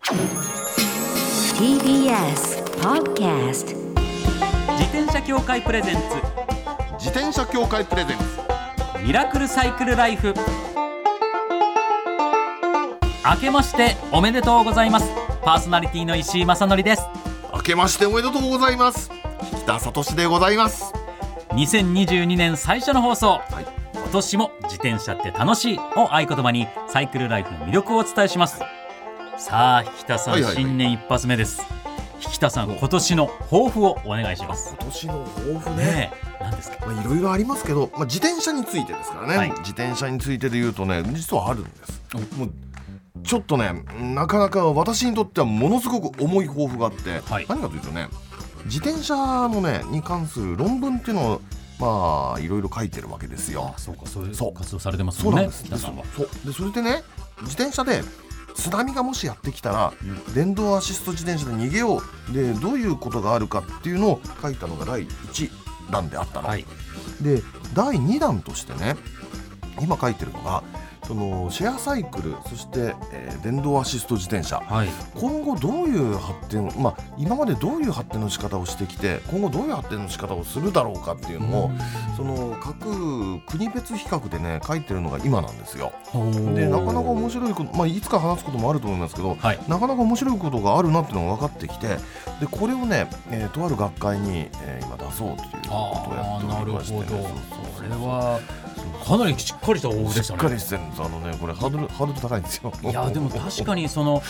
TBS Podcast 自転車協会プレゼンツ自転車協会プレゼンツミラクルサイクルライフ。明けましておめでとうございます。パーソナリティの石井正則です。 明けましておめでとうございます。引田聡でございます。 2022年最初の放送、 はい、 今年も自転車って楽しいを合言葉にサイクルライフの魅力をお伝えします。さあ引田さん、新年一発目です。引田さん、今年の抱負をお願いします。 今年の抱負ね、 何ですか？ いろいろありますけど、自転車についてですからね、はい、自転車についてで言うとね、実はあるんです。もうちょっとね、なかなか私にとってはものすごく重い抱負があって、はい、何かというとね、自転車のねに関する論文っていうのをいろいろ書いてるわけですよ。 そうか、そういう活動されてますもんね。 そうなんです。それでね、自転車で津波がもしやってきたら、電動アシスト自転車で逃げようで、どういうことがあるかっていうのを書いたのが第1弾であったの、はい、で第2弾としてね、今書いてるのがそのシェアサイクル、そして、電動アシスト自転車、はい、今後どういう発展、今までどういう発展の仕方をしてきて、今後どういう発展の仕方をするだろうかっていうのを、その各国別比較でね書いてるのが今なんですよ。でなかなか面白いこと、いつか話すこともあると思いますけど、はい、なかなか面白いことがあるなっていうのが分かってきて、でこれをね、とある学会に、今出そうということをやっておりましてね。 なるほど。それはかなりしっかりした抱負でしたね。 しっかりしてるんです。これハードル高いんですよ。 いやでも確かにその、はい、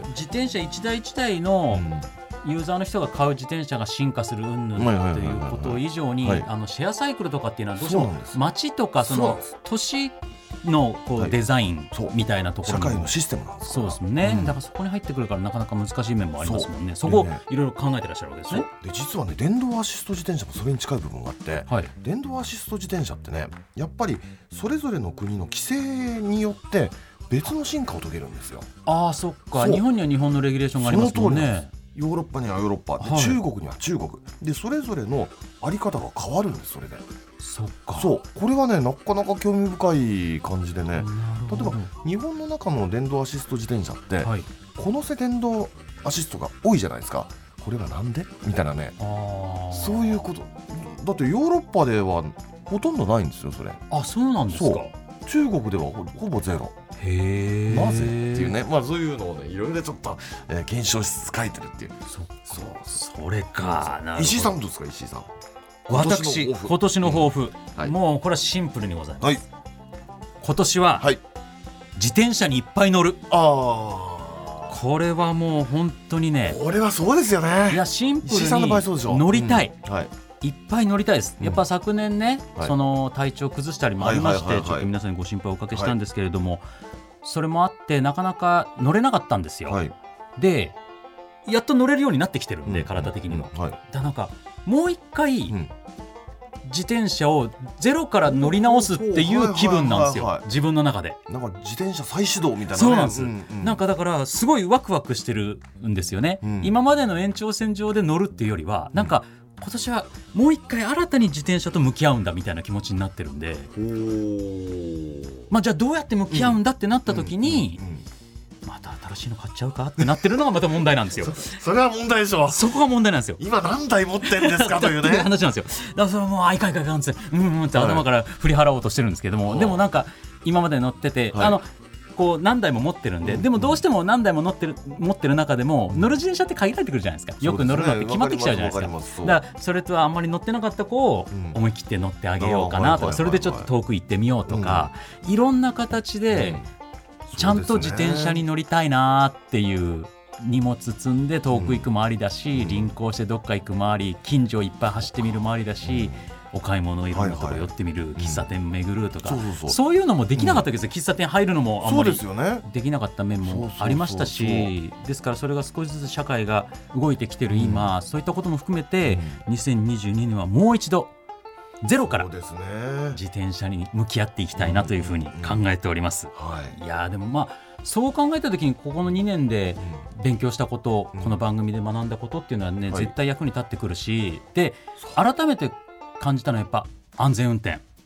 自転車一台一台のユーザーの人が買う自転車が進化する云々ということ以上に、シェアサイクルとかっていうのはどうしても街とかその都市のデザインみたいなところ、 社会のシステムなんですから。 そうですね、だからそこに入ってくるからなかなか難しい面もありますもんね。そこをいろいろ考えてらっしゃるわけですね。 で実はね、電動アシスト自転車もそれに近い部分があって、はい、電動アシスト自転車ってね、やっぱりそれぞれの国の規制によって別の進化を遂げるんですよ。 そっか。日本には日本のレギュレーションがありますもんね。 ヨーロッパにはヨーロッパで、はい、中国には中国で、それぞれのあり方が変わるんです。それでそっか。 これはね、なかなか興味深い感じでね、例えば日本の中の電動アシスト自転車って、はい、この電動アシストが多いじゃないですか。これはなんでみたいなね、そういうことだって。ヨーロッパではほとんどないんですよ、それ。 そうなんですか。 中国ではほぼゼロ。なぜっていうね、そういうのをね、いろいろちょっと、検証しつつ書いてるっていう。 それか。 石井さんどうですか？石井さん、 私今年の抱負、もうこれはシンプルにございます、はい、今年は、はい、自転車にいっぱい乗る。これはもう本当にね、 これはそうですよね。 いやシンプルに乗りたい、はい、いっぱい乗りたいです。やっぱ昨年ね、その体調崩したりもありまして、ちょっと皆さんにご心配をおかけしたんですけれども、それもあってなかなか乗れなかったんですよ、はい、でやっと乗れるようになってきてるんで、体的にも、だなんかもう一回、自転車をゼロから乗り直すっていう気分なんですよ、自分の中で。 なんか自転車再始動みたいなね。 そうなんです、なんかだからすごいワクワクしてるんですよね、今までの延長線上で乗るっていうよりは、なんか今年はもう一回新たに自転車と向き合うんだみたいな気持ちになってるんで、じゃあどうやって向き合うんだってなった時に、また新しいの買っちゃうかってなってるのがまた問題なんですよ。 それは問題でしょ。 そこが問題なんですよ。 今何台持ってるんですかというね話なんですよ。だからそれはもういかんって頭から振り払おうとしてるんですけども、でもなんか今まで乗ってて、こう何台も持ってるんで、でもどうしても何台も持ってる中でも乗る自転車って限られてくるじゃないですか。よく乗るのって決まってきちゃうじゃないですか。だからそれとはあんまり乗ってなかった子を思い切って乗ってあげようかなとか、それでちょっと遠く行ってみようとか、いろんな形でちゃんと自転車に乗りたいなっていう。荷物積んで遠く行くもありだし、輪行してどっか行くもあり、近所いっぱい走ってみるもありだし、お買い物いろんなとこ寄ってみる、喫茶店巡るとか、そういうのもできなかったわけですよ。喫茶店入るのもあんまりできなかった面もありましたし、ですからそれが少しずつ社会が動いてきてる今、そういったことも含めて、2022年はもう一度ゼロから自転車に向き合っていきたいなというふうに考えております、いやでもそう考えた時に、ここの2年で勉強したこと、この番組で学んだことっていうのはね、絶対役に立ってくるし、で改めて感じたのはやっぱ安全運転、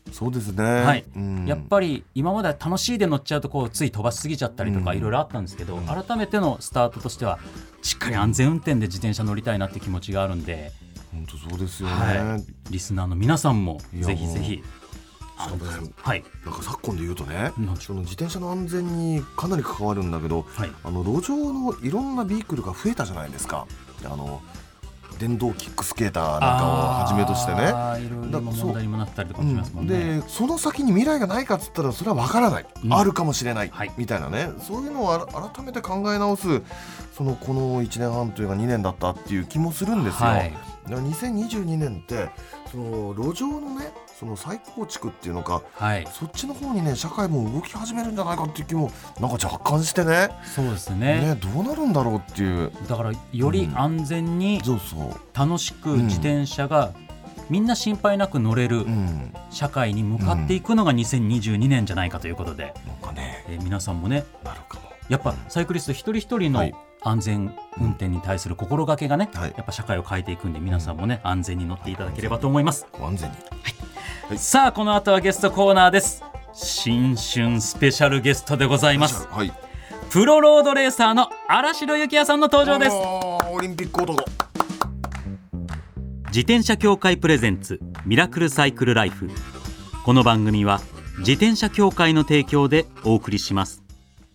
そうですね、 はいうん、 やっぱり今までは楽しいで乗っちゃうとつい飛ばしすぎちゃったりとかいろいろあったんですけど、改めてのスタートとしてはしっかり安全運転で自転車乗りたいなって気持ちがあるんで、 本当そうですよね、 はい、リスナーの皆さんもぜひぜひ。 しかもね、 はい、 なんか昨今で言うとね、その自転車の安全にかなり関わるんだけど、はい、路上のいろんなビークルが増えたじゃないですか。電動キックスケーターなんかをはじめとしてね、 いろいろ問題にもなったりとかしますもんね。 でその先に未来がないかっつったらそれは分からない、あるかもしれない、みたいなね、そういうのを改めて考え直すこの1年半というか2年だったっていう気もするんですよ、2022年ってその路上のねその再構築っていうのか、そっちの方にね社会も動き始めるんじゃないかっていう気もなんか若干してね。 そうですね、 どうなるんだろうっていう。 だからより安全に楽しく自転車がみんな心配なく乗れる社会に向かっていくのが2022年じゃないかということで、 なんかね、 皆さんもねなるかもやっぱサイクリスト一人一人の安全運転に対する心がけがね、やっぱ社会を変えていくんで、皆さんもね安全に乗っていただければと思います。 安全に、 さあこの後はゲストコーナーです。新春スペシャルゲストでございます、プロロードレーサーの荒城幸也さんの登場です。 オリンピック男。 自転車協会プレゼンツミラクルサイクルライフ。この番組は自転車協会の提供でお送りします。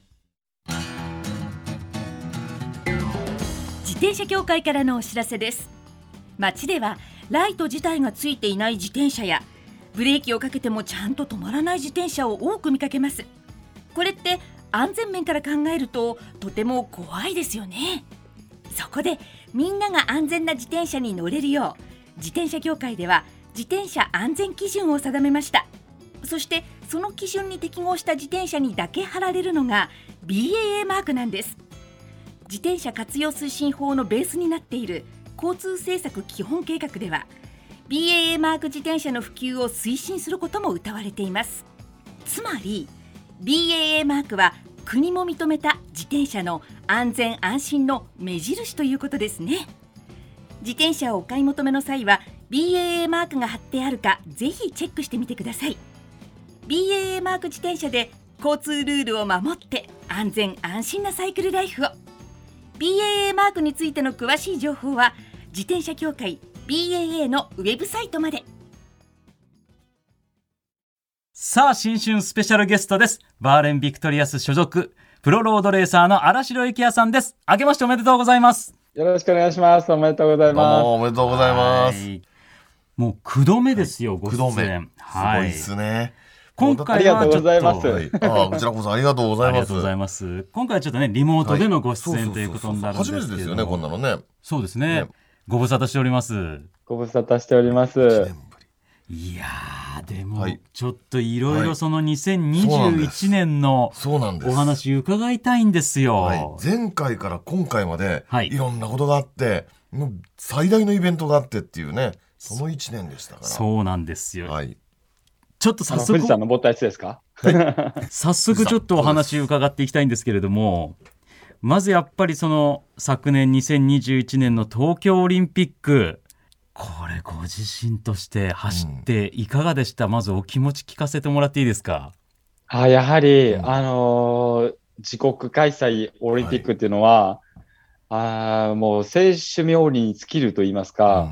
自転車協会からのお知らせです。街ではライト自体がついていない自転車やブレーキをかけてもちゃんと止まらない自転車を多く見かけます。これって安全面から考えるととても怖いですよね。そこでみんなが安全な自転車に乗れるよう自転車協会では自転車安全基準を定めました。そしてその基準に適合した自転車にだけ貼られるのが BAA マークなんです。自転車活用推進法のベースになっている交通政策基本計画では BAA マーク自転車の普及を推進することも謳われています。つまり BAA マークは国も認めた自転車の安全安心の目印ということですね。自転車をお買い求めの際は BAA マークが貼ってあるかぜひチェックしてみてください。 BAA マーク自転車で交通ルールを守って安全安心なサイクルライフを。 BAA マークについての詳しい情報は自転車協会 BAA のウェブサイトまで。 さあ新春スペシャルゲストです。バーレンビクトリアス所属プロロードレーサーの荒城幸也さんです。明けましておめでとうございます。 よろしくお願いします。おめでとうございます。 おめでとうございます。 もう9度目ですよ、ご出演。 すごいですね。 今回はありがとうございます。 こちらこそありがとうございます。 ありがとうございます。今回はちょっとねリモートでのご出演ということになるんですけど、 初めてですよね、こんなのね。 そうですね。ご無沙汰しております。 ご無沙汰しております。 いやーでもちょっといろいろその2021年のお話伺いたいんですよ。 前回から今回までいろんなことがあって、もう最大のイベントがあってっていうね、その1年でしたから。 そうなんですよ。ちょっと早速富士山登ったやつですか？ 早速ちょっとお話伺っていきたいんですけれども、まずやっぱりその昨年2021年の東京オリンピック、これご自身として走っていかがでした？まずお気持ち聞かせてもらっていいですか？ やはり、自国開催オリンピックっていうのは、もう選手冥利に尽きると言いますか、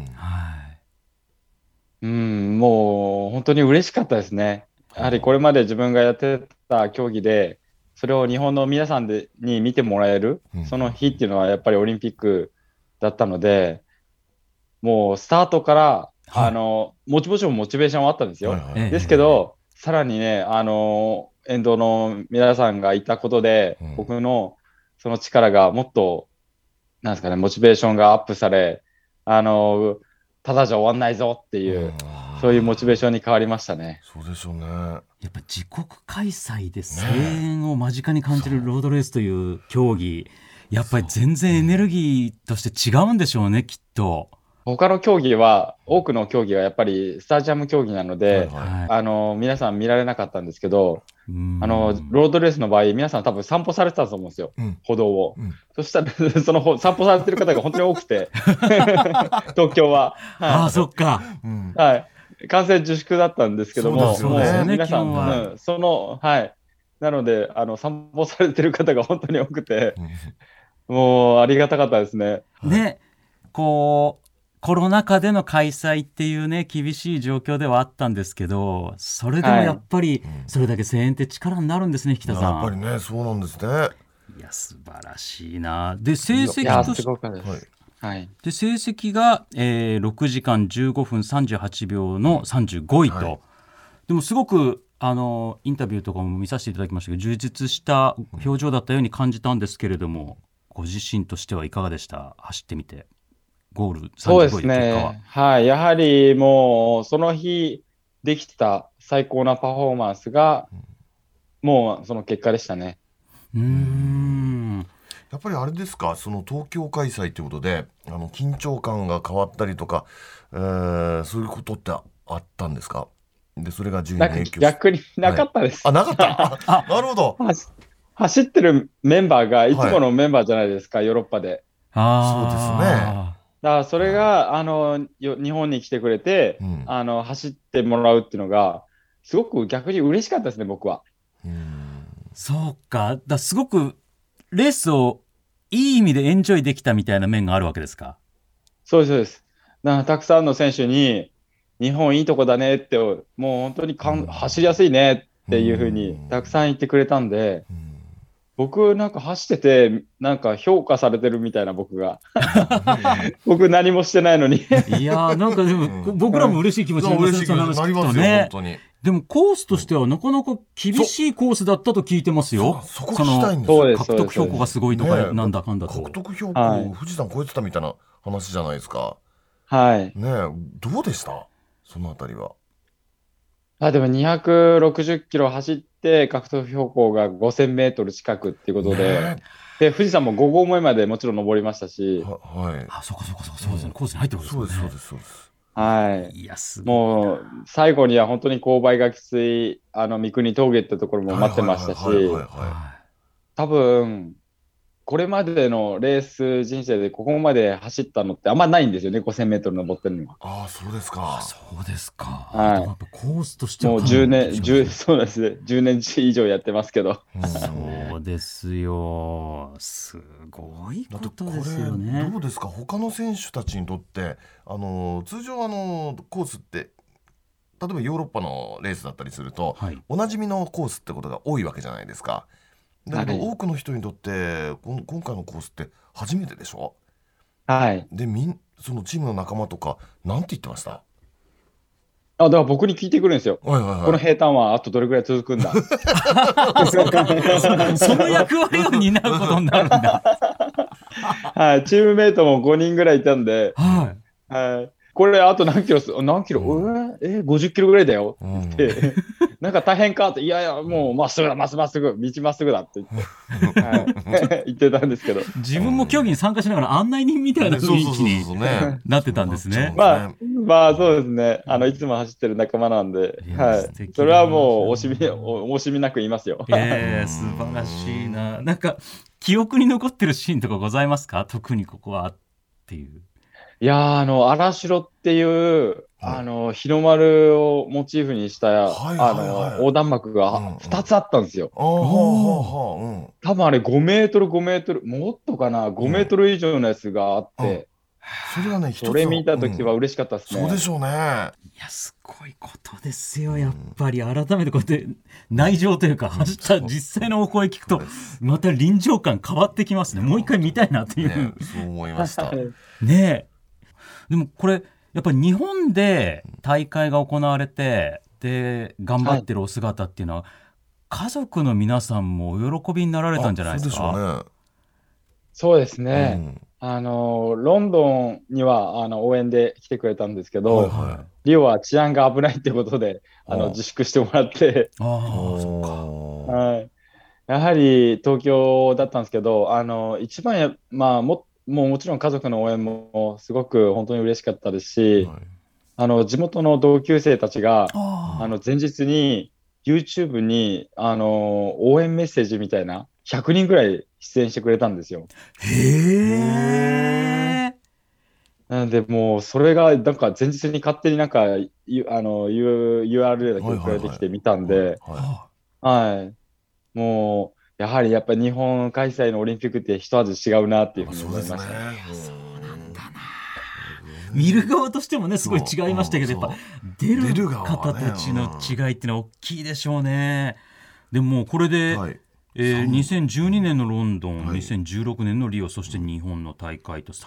もう本当に嬉しかったですね。やはりこれまで自分がやってた競技でそれを日本の皆さんに見てもらえる、その日っていうのはやっぱりオリンピックだったので、もうスタートから、もちろんモチベーションはあったんですよ。ですけどさらにね、沿道の皆さんがいたことで、僕のその力がもっとなんですかね、モチベーションがアップされ、ただじゃ終わんないぞっていう、そういうモチベーションに変わりましたね。 そうでしょうね。 やっぱ自国開催で声援を間近に感じるロードレースという競技、やっぱり全然エネルギーとして違うんでしょうね、きっと。 他の競技は、多くの競技はやっぱりスタジアム競技なので、皆さん見られなかったんですけど、ロードレースの場合、皆さん多分散歩されてたと思うんですよ、歩道を。そしたら、その散歩されてる方が本当に多くて、東京は。 そっか。 観戦自粛だったんですけども、 そうですよねもう皆さん、 基本ははい。なので、散歩されてる方が本当に多くて、もうありがたかったですね。 ね、こうコロナ禍での開催っていうね厳しい状況ではあったんですけど、それでもやっぱりそれだけ声援って力になるんですね、引田さん。 やっぱりね、そうなんですね。 いや素晴らしいな。で成いや、 績としすごかったです。 はい。 はい。 で成績が、6時間15分38秒の35位と、 はいでもすごくインタビューとかも見させていただきましたけど充実した表情だったように感じたんですけれども、ご自身としてはいかがでした？走ってみてゴールそうで 35位すの結果は。 ね。はい。やはりもう、その日できた最高なパフォーマンスが、もうその結果でしたね。 やっぱりあれですか、その東京開催ということで緊張感が変わったりとか、そういうことってあったんですか？でそれが順位に影響して逆になかったです。 あ、なかったあ、なるほど。 走ってるメンバーがいつものメンバーじゃないですか、ヨーロッパで。 そうですね。 だからそれが、日本に来てくれて、走ってもらうっていうのが、すごく逆に嬉しかったですね、僕は。 そうか、すごくレースをいい意味でエンジョイできたみたいな面があるわけですか？ そうです、そうです。だからたくさんの選手に、日本いいとこだねって、もう本当に走りやすいねっていうふうにたくさん言ってくれたんで、僕なんか走ってて、なんか評価されてるみたいな僕が。僕何もしてないのに。 いやーなんかでも僕らも嬉しい気持ちになりますね、その話聞くとね。 本当に。 でもコースとしてはなかなか厳しいコースだったと聞いてますよ。 そこ聞きたいんですよ。 そうです獲得標高がすごいとか、 ねなんだかんだと。 獲得標高、富士山超えてたみたいな話じゃないですか。 はい。 ねえ、どうでしたそのあたりは？ でも260キロ走って獲得標高が5000メートル近くっていうことで、で、富士山も5合目までもちろん登りましたし、 はい。 あ、そうですね、コースに入ってるんですね。 そうですそうです。 はい。 いやすごい。 もう最後には本当に勾配がきつい三国峠ってところも待ってましたし、多分これまでのレース人生でここまで走ったのってあんまないんですよね、5000メートル登ってるのは。 ああ、そうですか。 そうですか。 はいやっぱコースとしてはもう10年、そうですね、10年以上やってますけど。 そうですよ。すごいことですよね。 どうですか、他の選手たちにとって通常コースって例えばヨーロッパのレースだったりすると、おなじみのコースってことが多いわけじゃないですか。だけど多くの人にとって今回のコースって初めてでしょ。 はい。 でそのチームの仲間とかなんて言ってました？ だから僕に聞いてくるんですよ。この平坦はあとどれぐらい続くんだその役割を担うことになるんだ。 はい、チームメイトも5人ぐらいいたんで、これあと何キロ50キロぐらいだよって言って、なんか大変かって、いやいや、もうまっすぐだ、まっすぐ、道まっすぐだって言って、言ってたんですけど。 自分も競技に参加しながら案内人みたいな雰囲気になってたんですね。 まあそうですね。いつも走ってる仲間なんで、それはもう惜しみなく言いますよ。 素晴らしいな。なんか記憶に残ってるシーンとかございますか？特にここはっていう。 いや荒城っていう日の丸をモチーフにした横断幕が2つあったんですよ。多分あれ5メートル5メートルもっとかな、5メートル以上のやつがあって、 それがね、 それ見た時は嬉しかったですね。 そうでしょうね。いやすごいことですよ。やっぱり改めてこうやって内情というか走った実際のお声聞くとまた臨場感変わってきますね。もう一回見たいなっていう、 そう思いましたね。でもこれやっぱり日本で大会が行われてで頑張ってるお姿っていうのは、家族の皆さんもお喜びになられたんじゃないですか？ そうですね。ロンドンには応援で来てくれたんですけど、リオは治安が危ないってことで自粛してもらって、やはり東京だったんですけど、一番もちろん家族の応援もすごく本当に嬉しかったですし、地元の同級生たちが前日に YouTube に応援メッセージみたいな100人ぐらい出演してくれたんですよ。 へー。 なのなんでもうそれがなんか前日に勝手になんかURL だけ送られてきてみたんで、はい、もうやはりやっぱり日本開催のオリンピックって一味違うなっていうふうに思いました。 見る側としてもねすごい違いましたけど、やっぱ出る方たちの違いっていうのは大きいでしょうね。でもこれで、2012年のロンドン、2016年のリオ、そして日本の大会と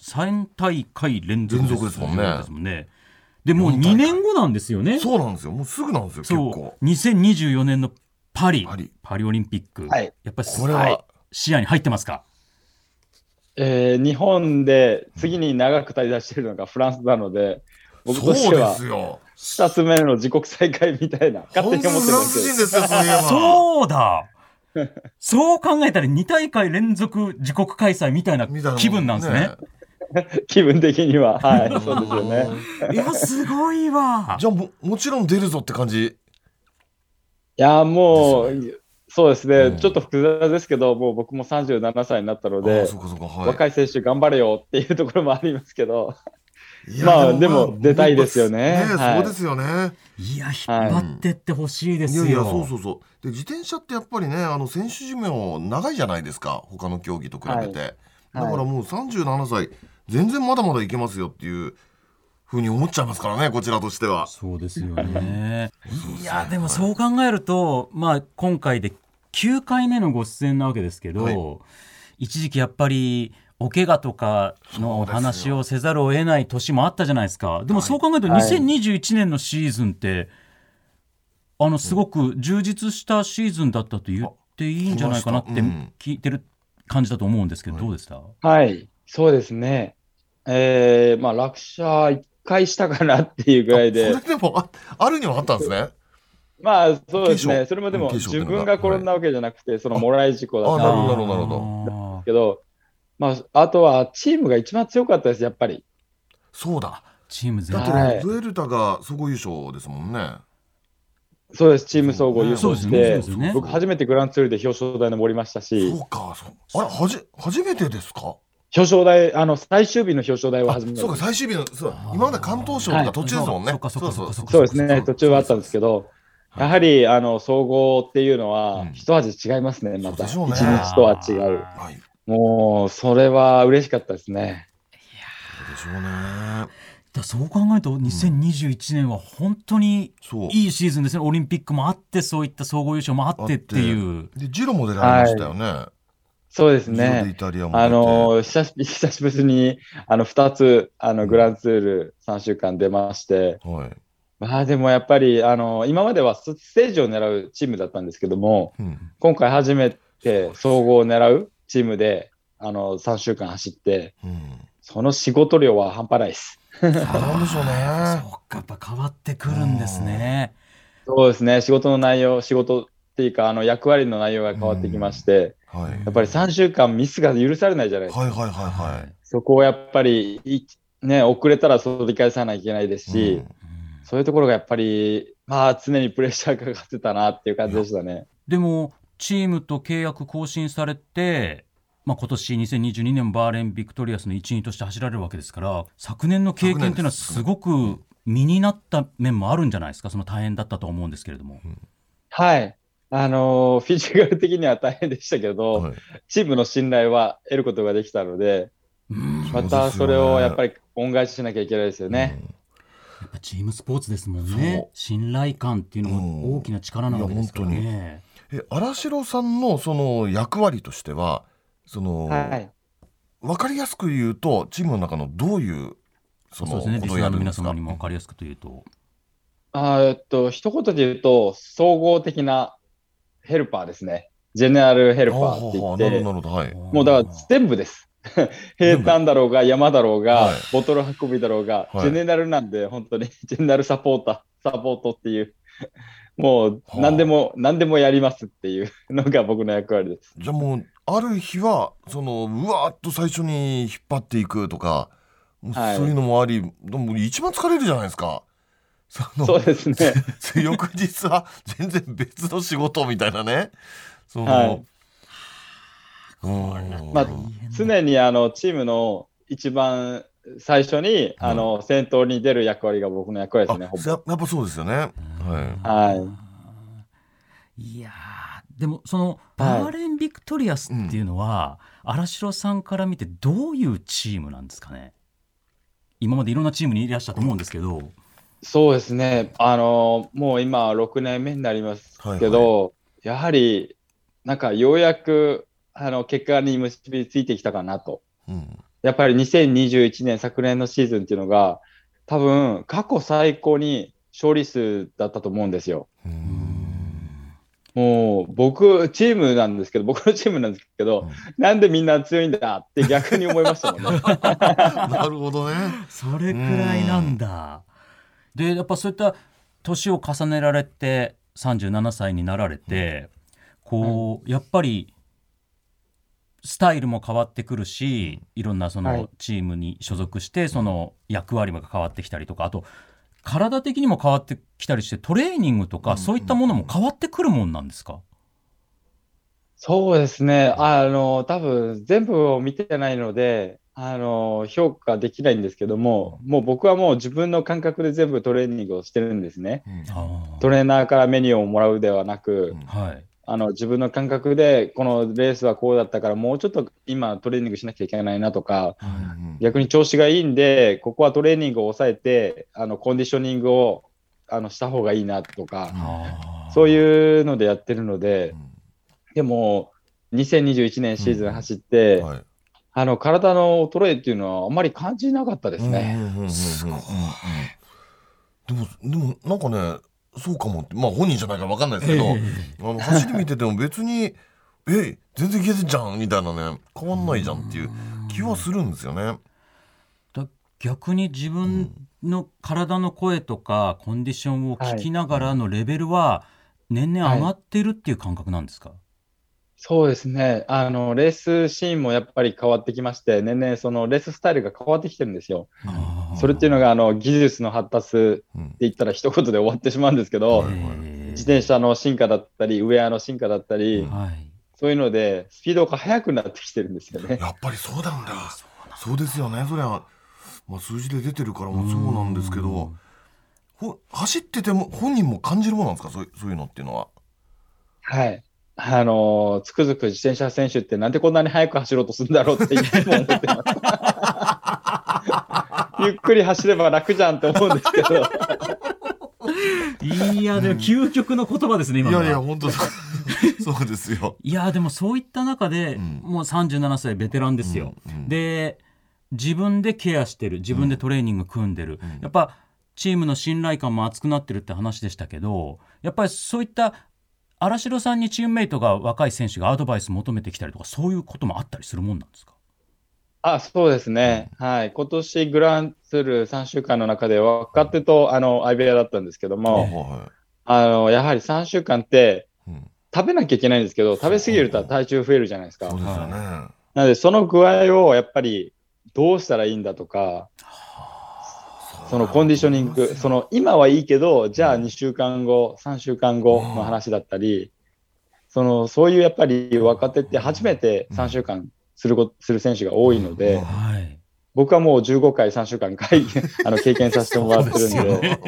3大会連続ですもんね。でもう2年後なんですよね。 そうなんですよ、もうすぐなんですよ。結構 2024年のパリオリンピック、やっぱりこれは視野に入ってますか？ 日本で次に長く滞在しているのがフランスなので、僕としては2つ目の自国再開みたいな勝手に思ってるんですよ。 そうだそう考えたら2大会連続自国開催みたいな気分なんですね。 気分的には、はい、そうですよね。 いやすごいわ。 じゃあ もちろん出るぞって感じ。 いやもうそうですね、ちょっと複雑ですけど、もう僕も37歳になったので、若い選手頑張れよっていうところもありますけど、まあでも出たいですよね。 そうですよね。 いや引っ張ってってほしいですよ。 いやそうで自転車ってやっぱりね選手寿命長いじゃないですか、他の競技と比べて。だからもう37歳全然まだまだいけますよっていうふうに思っちゃいますからね、こちらとしては。 そうですよね。いやでもそう考えると、今回で9回目のご出演なわけですけど、一時期やっぱりお怪我とかの話をせざるを得ない年もあったじゃないですか。でもそう考えると2021年のシーズンってすごく充実したシーズンだったと言っていいんじゃないかなって聞いてる感じだと思うんですけど、どうでした？ はい、そうですね。落車1回したかなっていうぐらいで。 それでもあるにはあったんですね。 まあそうですね。それもでも自分が転んだわけじゃなくて、そのもらい事故だったりなるほどけど、あとはチームが一番強かったです、やっぱり。 そうだ、 チーム全体だってブエルタが総合優勝ですもんね。 そうです、チーム総合優勝して、僕初めてグランツールで表彰台登りましたし。 そうか、あれ初めてですか？ 表彰台、最終日の表彰台は初めて。 そうか、最終日の今まで関東賞とか途中ですもんね。 そうですね、途中はあったんですけど、やはり総合っていうのは一味違いますね、また一日とは違う。もうそれは嬉しかったですね。 そうでしょうね。 そう考えると2021年は本当にいいシーズンですね。オリンピックもあって、そういった総合優勝もあってっていう。 でジロも出られましたよね。 そうですね。久しぶりに2つグランツール3週間出まして、でもやっぱり今まではステージを狙うチームだったんですけども、今回初めて総合を狙うチームで3週間走って、その仕事量は半端ないです。 そうなんでしょうね。 そうか、やっぱ変わってくるんですね。 そうですね、仕事の内容、仕事っていうか役割の内容が変わってきまして、やっぱり3週間ミスが許されないじゃないですか。そこをやっぱり遅れたら取り返さなきゃいけないですし、そういうところがやっぱり常にプレッシャーかかってたなっていう感じでしたね。 でもチームと契約更新されて、今年2022年バーレンビクトリアスの一員として走られるわけですから、昨年の経験っていうのはすごく身になった面もあるんじゃないですか。その大変だったと思うんですけれども。 はい、フィジカル的には大変でしたけど、チームの信頼は得ることができたので、またそれをやっぱり恩返ししなきゃいけないですよね。 やっぱチームスポーツですもんね。信頼感っていうのも大きな力なわけですからね。 荒城さんのその役割としては分かりやすく言うとチームの中のどういうそうですね、リスナーの皆様にも分かりやすくというと一言で言うと総合的なヘルパーですね。ジェネラルヘルパーって言って、もうだから全部です。平坦だろうが山だろうが、ボトル運びだろうが、ジェネラルなんで、本当にジェネラルサポートっていう、もう何でもやりますっていうのが僕の役割です。 じゃあもうある日はうわーっと最初に引っ張っていくとか、そういうのもあり、でも一番疲れるじゃないですか。 そうですね。 翌日は全然別の仕事みたいなね。 常にチームの一番最初に先頭に出る役割が僕の役割ですね。 やっぱそうですよね。はい。 はい。 いやでもそのバーレン・ビクトリアスっていうのは、荒城さんから見てどういうチームなんですかね。今までいろんなチームにいらっしゃったと思うんですけど。 そうですね、もう今6年目になりますけど、やはりなんかようやく結果に結びついてきたかなと、やっぱり2021年昨年のシーズンっていうのが多分過去最高に勝利数だったと思うんですよ。もう僕のチームなんですけど、なんでみんな強いんだって逆に思いましたもんね。 なるほどね。 それくらいなんだ。でやっぱそういった年を重ねられて37歳になられて、こうやっぱりスタイルも変わってくるし、いろんなそのチームに所属してその役割も変わってきたりとか、あと体的にも変わってきたりしてトレーニングとかそういったものも変わってくるもんなんですか？ そうですね、多分全部を見てないので評価できないんですけども、もう僕はもう自分の感覚で全部トレーニングをしてるんですね。トレーナーからメニューをもらうではなく、自分の感覚でこのレースはこうだったからもうちょっと今トレーニングしなきゃいけないなとか、逆に調子がいいんでここはトレーニングを抑えてコンディショニングをした方がいいなとか、そういうのでやってるので、でも2021年シーズン走って、体の衰えっていうのはあんまり感じなかったですね。 すごい。でもなんかね、そうかもって、まあ本人じゃないから分かんないですけど、走り見てても別に全然いけてんじゃんみたいなね、変わんないじゃんっていう気はするんですよね。 逆に自分の体の声とかコンディションを聞きながらのレベルは年々上がってるっていう感覚なんですか？ そうですね、レースシーンもやっぱり変わってきまして、年々そのレーススタイルが変わってきてるんですよ。それっていうのが技術の発達って言ったら一言で終わってしまうんですけど、自転車の進化だったりウェアの進化だったり、そういうのでスピードが速くなってきてるんですよね。 やっぱりそうなんだ。そうですよね。それは、数字で出てるからもそうなんですけど、走ってても本人も感じるものなんですか？そういうのっていうのは。 はい、つくづく自転車選手ってなんでこんなに速く走ろうとするんだろうっていつも思ってますゆっくり走れば楽じゃんって思うんですけどいやでも究極の言葉ですね今のは。 いや本当そうですよ。 いやでもそういった中で、もう37歳ベテランですよ。で自分でケアしてる、自分でトレーニング組んでる、やっぱチームの信頼感も厚くなってるって話でしたけど、やっぱりそういった荒城さんにチームメイトが若い選手がアドバイス求めてきたりとか、そういうこともあったりするもんなんですか？ そうですね、はい、今年グランツール3週間の中で若手と相部屋だったんですけども、やはり3週間って食べなきゃいけないんですけど、食べ過ぎると体重増えるじゃないですか。 そうですよね。 なのでその具合をやっぱりどうしたらいいんだとか、そのコンディショニング、今はいいけどじゃあ2週間後3週間後の話だったり、そういうやっぱり若手って初めて3週間する選手が多いので、僕はもう15回3週間経験させてもらってるんで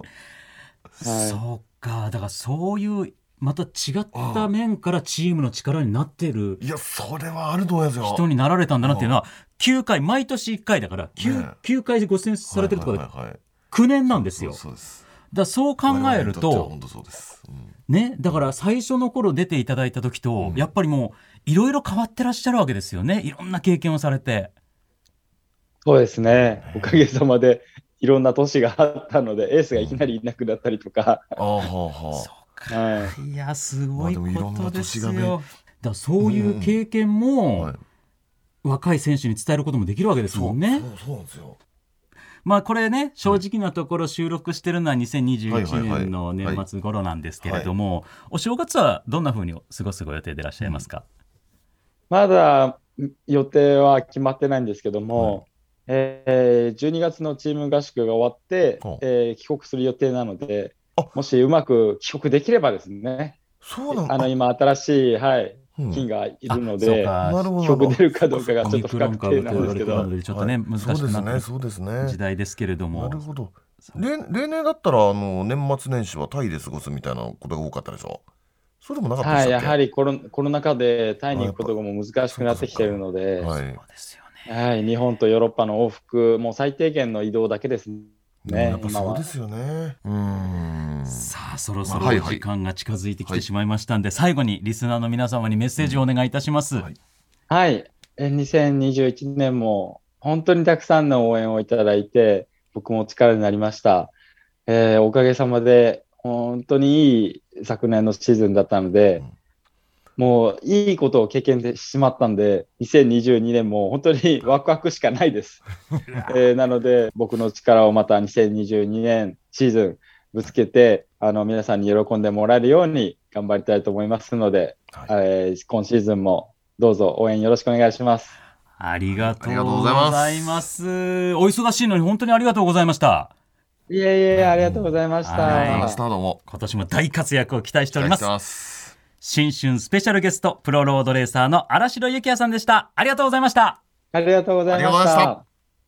そうか、だからそういうまた違った面からチームの力になってる、 いやそれはあると思いますよ。 人になられたんだなっていうのは、9回毎年1回だから 9回ご出演されてるとかで9年なんですよ。そう考えるとね、だから最初の頃出ていただいた時と、やっぱりもういろいろ変わってらっしゃるわけですよね。いろんな経験をされて。 そうですね、おかげさまでいろんな年があったので、エースがいきなりいなくなったりとか、 いやすごいことですよ。だからそういう経験も若い選手に伝えることもできるわけですもんね。 そうなんですよ。 これね、正直なところ収録してるのは2021年の年末頃なんですけれども、お正月はどんな風に過ごすご予定でいらっしゃいますか？ まだ予定は決まってないんですけども、12月のチーム合宿が終わって、帰国する予定なので、もしうまく帰国できればですね、今新しい、 菌がいるのそうで、 かなるほど。 曲出るかどうかがちょっと不オミクロン確定なんですけど、 株と言われてるのでちょっとね、難しくなってるそうですね。 時代ですけれども。 なるほど。例年だったら年末年始はタイで過ごすみたいなことが多かったでしょ。そうでもなかったではい、 したっけ？ やはりコロナ禍でタイに行くことがもう難しくなってきているので、 はい。 そうですよね。 はい、日本とヨーロッパの往復、もう最低限の移動だけですね、 やっぱ今は。 そうですよね。 さあそろそろおはいはい時間が近づいてきてしまいましたんで、最後にリスナーの皆様にメッセージをお願いいたします。 はいはい、2021年も本当にたくさんの応援をいただいて、僕も力になりました。おかげさまで本当にいい昨年のシーズンだったので、もういいことを経験してしまったんで、2022年も本当にワクワクしかないです。なので、僕の力をまた2022年シーズンぶつけて、皆さんに喜んでもらえるように頑張りたいと思いますので、今シーズンもどうぞ応援よろしくお願いします。 ありがとうございます。お忙しいのに本当にありがとうございました。 いえいえ、ありがとうございました。 今年も大活躍を期待しております。新春スペシャルゲスト、プロロードレーサーの荒城幸也さんでした。ありがとうございました。 ありがとうございました。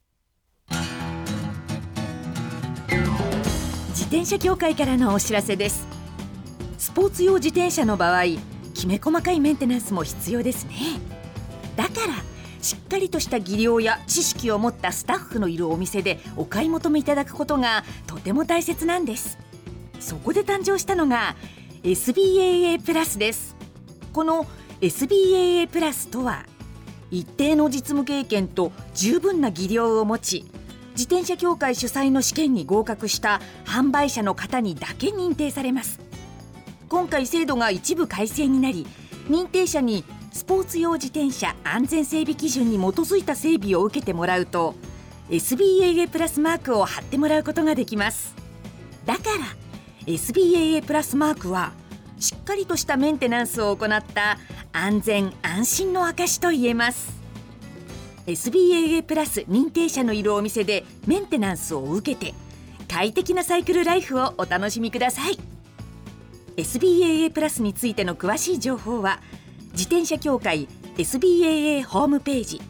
自転車協会からのお知らせです。スポーツ用自転車の場合、きめ細かいメンテナンスも必要ですね。だからしっかりとした技量や知識を持ったスタッフのいるお店でお買い求めいただくことがとても大切なんです。そこで誕生したのが SBAA プラスです。この SBAA プラスとは、一定の実務経験と十分な技量を持ち、自転車協会主催の試験に合格した販売者の方にだけ認定されます。今回制度が一部改正になり、認定者にスポーツ用自転車安全整備基準に基づいた整備を受けてもらうと SBAA プラスマークを貼ってもらうことができます。だから SBAA プラスマークはしっかりとしたメンテナンスを行った安全安心の証と言えます。 SBAA プラス認定者のいるお店でメンテナンスを受けて快適なサイクルライフをお楽しみください。 SBAA プラスについての詳しい情報は自転車協会 SBAA ホームページ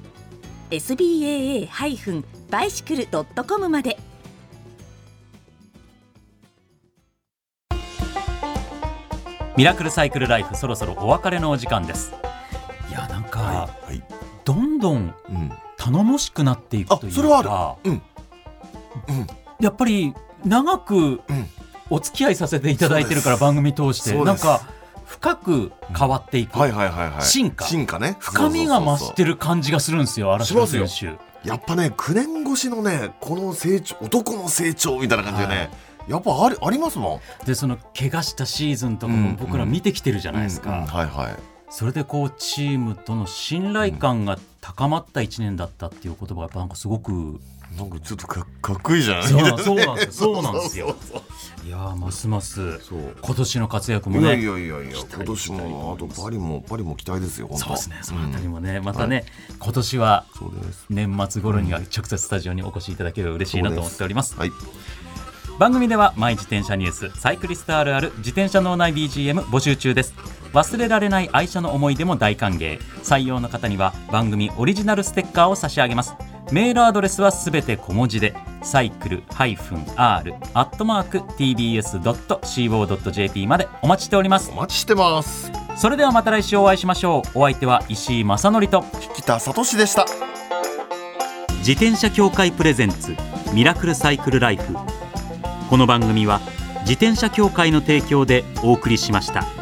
SBAA-bicycle.com まで。 ミラクルサイクルライフ、そろそろお別れのお時間です。いや、なんか、どんどん頼もしくなっていくというか、 それはある。 やっぱり長くお付き合いさせていただいてるから、番組通してなんか深く変わっていく、進化ね、深みが増してる感じがするんですよ、嵐選手。 やっぱね、9年越しのね、この成長、男の成長みたいな感じでね、やっぱありますもん。 で、その怪我したシーズンとかも僕ら見てきてるじゃないですか。それでこうチームとの信頼感が高まった1年だったっていう言葉がやっぱなんかすごくなんかちょっとかっこいいじゃない。 そうなんですよ。いやー、ますます今年の活躍もね。 いや今年もあとパリも期待ですよ。本当。 そうですね。そのあたりもね、またね、今年は年末頃には直接スタジオにお越しいただければ嬉しいなと思っております。番組ではマイ自転車ニュース、サイクリストあるある、自転車脳内 BGM 募集中です。忘れられない愛車の思い出も大歓迎。採用の方には番組オリジナルステッカーを差し上げます。メールアドレスはすべて小文字で cycle-r@tbs.co.jp までお待ちしております。 お待ちしてます。 それではまた来週お会いしましょう。お相手は石井正則と引田聡でした。 自転車協会プレゼンツミラクルサイクルライフ。この番組は自転車協会の提供でお送りしました。